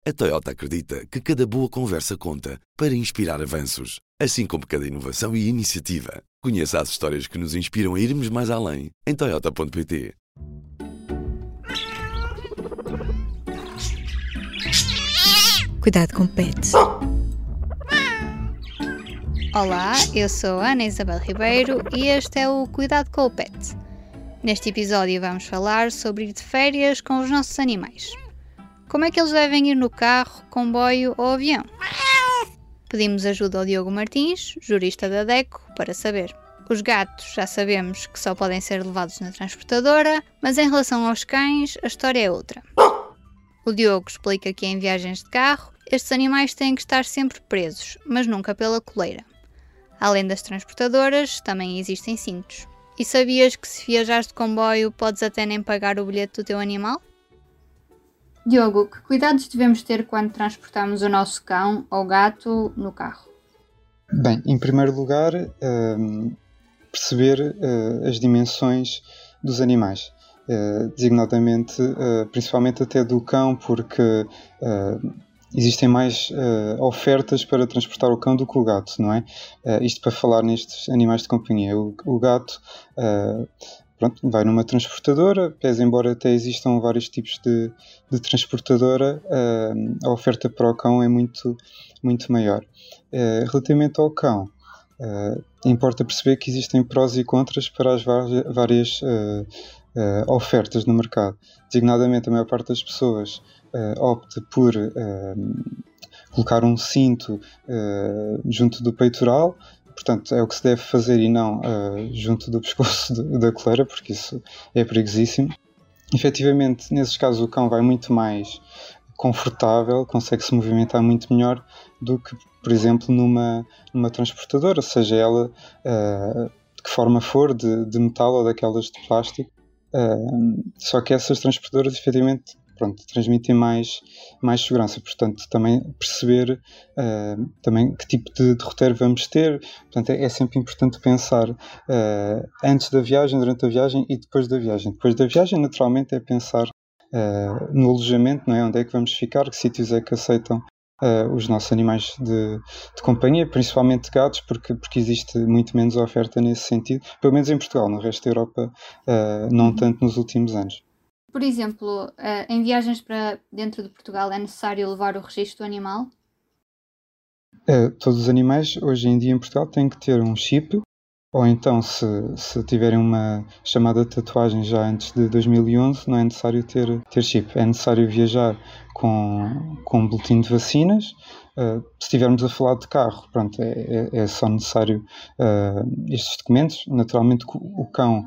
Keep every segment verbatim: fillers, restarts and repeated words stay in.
A Toyota acredita que cada boa conversa conta para inspirar avanços, assim como cada inovação e iniciativa. Conheça as histórias que nos inspiram a irmos mais além em toyota ponto pt. Cuidado com pets. Olá, eu sou a Ana Isabel Ribeiro e este é o Cuidado com o Pet. Neste episódio vamos falar sobre ir de férias com os nossos animais. Como é que eles devem ir no carro, comboio ou avião? Pedimos ajuda ao Diogo Martins, jurista da DECO, para saber. Os gatos já sabemos que só podem ser levados na transportadora, mas em relação aos cães, a história é outra. O Diogo explica que em viagens de carro, estes animais têm que estar sempre presos, mas nunca pela coleira. Além das transportadoras, também existem cintos. E sabias que se viajares de comboio, podes até nem pagar o bilhete do teu animal? Diogo, que cuidados devemos ter quando transportamos o nosso cão ou gato no carro? Bem, em primeiro lugar, um, perceber uh, as dimensões dos animais. Uh, designadamente, uh, principalmente até do cão, porque uh, existem mais uh, ofertas para transportar o cão do que o gato, não é? Uh, isto para falar nestes animais de companhia. O, o gato uh, pronto, vai numa transportadora, pese embora até existam vários tipos de, de transportadora, uh, a oferta para o cão é muito, muito maior. Uh, relativamente ao cão, uh, importa perceber que existem prós e contras para as várias uh, uh, ofertas no mercado. Designadamente, a maior parte das pessoas uh, opta por uh, colocar um cinto uh, junto do peitoral. Portanto, é o que se deve fazer e não uh, junto do pescoço de, da coleira, porque isso é perigosíssimo. Efetivamente, nesses casos, o cão vai muito mais confortável, consegue se movimentar muito melhor do que, por exemplo, numa, numa transportadora, seja ela uh, de que forma for, de, de metal ou daquelas de plástico. Uh, só que essas transportadoras, efetivamente, pronto, transmitem mais, mais segurança. Portanto, também perceber uh, também que tipo de, de roteiro vamos ter. Portanto, é, é sempre importante pensar uh, antes da viagem, durante a viagem e depois da viagem. Depois da viagem, naturalmente, é pensar uh, no alojamento, não é? Onde é que vamos ficar, que sítios é que aceitam Uh, os nossos animais de, de companhia, principalmente gatos, porque, porque existe muito menos oferta nesse sentido, pelo menos em Portugal. No resto da Europa, uh, não uhum. tanto nos últimos anos. Por exemplo, uh, em viagens para dentro de Portugal é necessário levar o registro do animal? Uh, todos os animais, hoje em dia em Portugal, têm que ter um chip, ou então, se, se tiverem uma chamada tatuagem já antes de dois mil e onze, não é necessário ter, ter chip. É necessário viajar com, com um boletim de vacinas. Uh, se estivermos a falar de carro, pronto, é, é, é só necessário uh, estes documentos. Naturalmente, o cão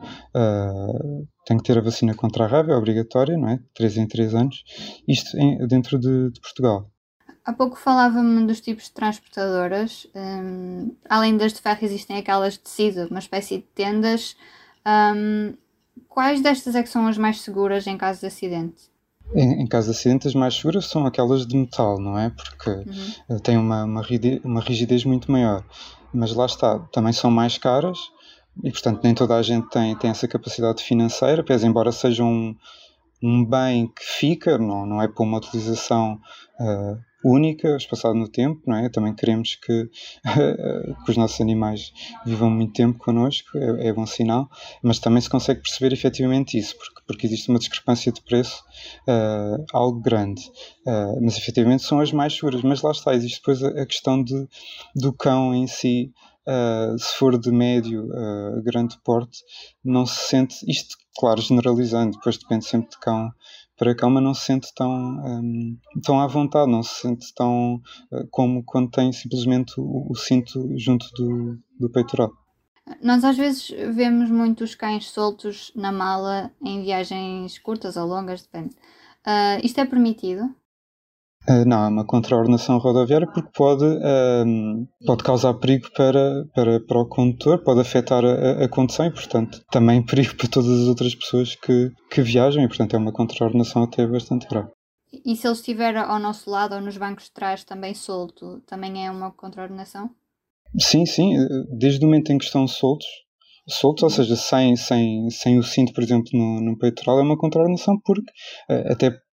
uh, tem que ter a vacina contra a raiva, é obrigatória, não é? três em três anos. Isto em, dentro de, de Portugal. Há pouco falava-me dos tipos de transportadoras. Um, além das de ferro existem aquelas de tecido, uma espécie de tendas. Um, quais destas é que são as mais seguras em caso de acidente? Em, em caso de acidente, as mais seguras são aquelas de metal, não é? Porque uhum. têm uma, uma, rigidez, uma rigidez muito maior. Mas lá está, também são mais caras e, portanto, nem toda a gente tem, tem essa capacidade financeira, pese embora seja um, um bem que fica, não, não é para uma utilização uh, única, espaçada no tempo, não é? Também queremos que, que os nossos animais vivam muito tempo connosco, é, é bom sinal, mas também se consegue perceber efetivamente isso, porque, porque existe uma discrepância de preço uh, algo grande, uh, mas efetivamente são as mais seguras, mas lá está, existe depois a, a questão de, do cão em si. Uh, se for de médio a uh, grande porte, não se sente, isto claro, generalizando, depois depende sempre de cão para cão, mas não se sente tão, um, tão à vontade, não se sente tão uh, como quando tem simplesmente o, o cinto junto do, do peitoral. Nós às vezes vemos muitos cães soltos na mala em viagens curtas ou longas, depende. Uh, isto é permitido? Uh, não, é uma contraordenação rodoviária porque pode, um, pode causar perigo para, para, para o condutor, pode afetar a, a condução e, portanto, também perigo para todas as outras pessoas que, que viajam e, portanto, é uma contraordenação até bastante grave. E se ele estiver ao nosso lado ou nos bancos de trás também solto, também é uma contraordenação? Sim, sim, desde o momento em que estão soltos, soltos, ou seja, sem, sem, sem o cinto, por exemplo, no, no peitoral, é uma contraordenação porque uh, até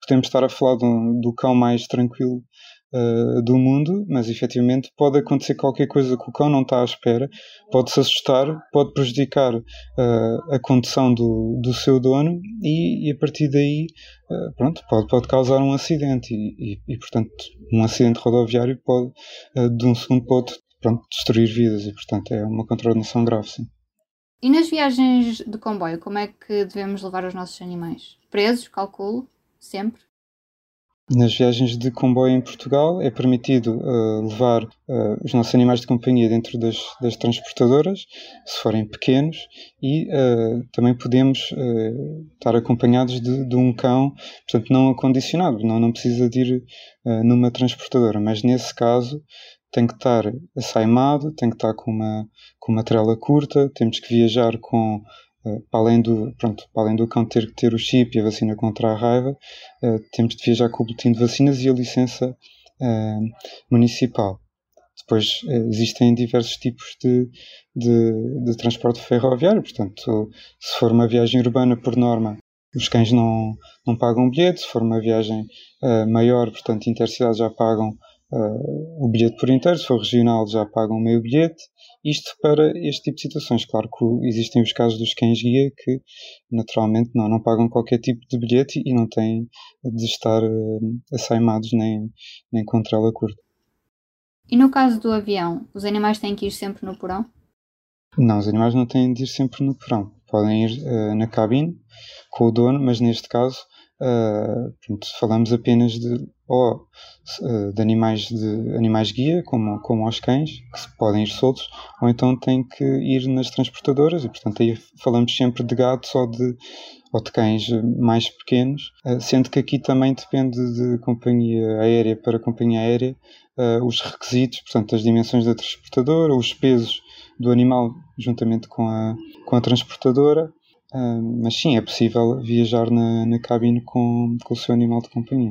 podemos estar a falar do, do cão mais tranquilo uh, do mundo, mas efetivamente pode acontecer qualquer coisa que o cão não está à espera, pode-se assustar, pode prejudicar uh, a condução do, do seu dono e, e a partir daí uh, pronto, pode, pode causar um acidente e, e, e portanto um acidente rodoviário pode uh, de um segundo para outro pronto, destruir vidas e portanto é uma contraordenação grave, sim. E nas viagens de comboio, como é que devemos levar os nossos animais? Presos, calculo, sempre? Nas viagens de comboio em Portugal é permitido uh, levar uh, os nossos animais de companhia dentro das, das transportadoras, se forem pequenos, e uh, também podemos uh, estar acompanhados de, de um cão, portanto não acondicionado, não, não precisa de ir uh, numa transportadora, mas nesse caso tem que estar assaimado, tem que estar com uma, com uma trela curta, temos que viajar com, uh, para, além do, pronto, para além do cão ter que ter o chip e a vacina contra a raiva, uh, temos de viajar com o boletim de vacinas e a licença uh, municipal. Depois uh, existem diversos tipos de, de, de transporte ferroviário, portanto, se for uma viagem urbana, por norma, os cães não, não pagam bilhete, se for uma viagem uh, maior, portanto, intercidades já pagam Uh, o bilhete por inteiro, se for regional já pagam meio bilhete, isto para este tipo de situações. Claro que existem os casos dos cães-guia que naturalmente não, não pagam qualquer tipo de bilhete e não têm de estar uh, assaimados nem, nem com trela curta. E no caso do avião, os animais têm que ir sempre no porão? Não, os animais não têm de ir sempre no porão, podem ir uh, na cabine com o dono, mas neste caso uh, pronto, falamos apenas de ou uh, de animais de animais guia, como, como aos cães, que podem ir soltos, ou então têm que ir nas transportadoras, e portanto aí falamos sempre de gatos ou de, ou de cães mais pequenos, uh, sendo que aqui também depende de companhia aérea para companhia aérea, uh, os requisitos, portanto as dimensões da transportadora, os pesos do animal juntamente com a, com a transportadora, uh, mas sim, é possível viajar na, na cabine com, com o seu animal de companhia.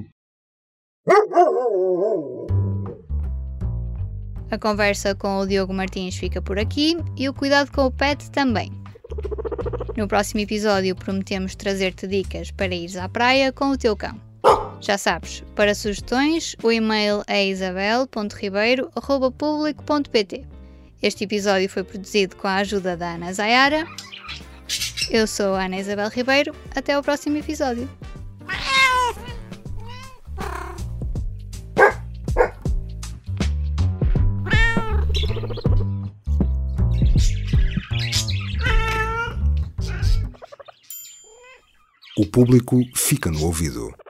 A conversa com o Diogo Martins fica por aqui e o cuidado com o pet também. No próximo episódio prometemos trazer-te dicas para ires à praia com o teu cão. Já sabes, para sugestões o e-mail é isabel ponto ribeiro arroba public ponto pt. Este episódio foi produzido com a ajuda da Ana Zayara. Eu sou a Ana Isabel Ribeiro. Até ao próximo episódio. O público fica no ouvido.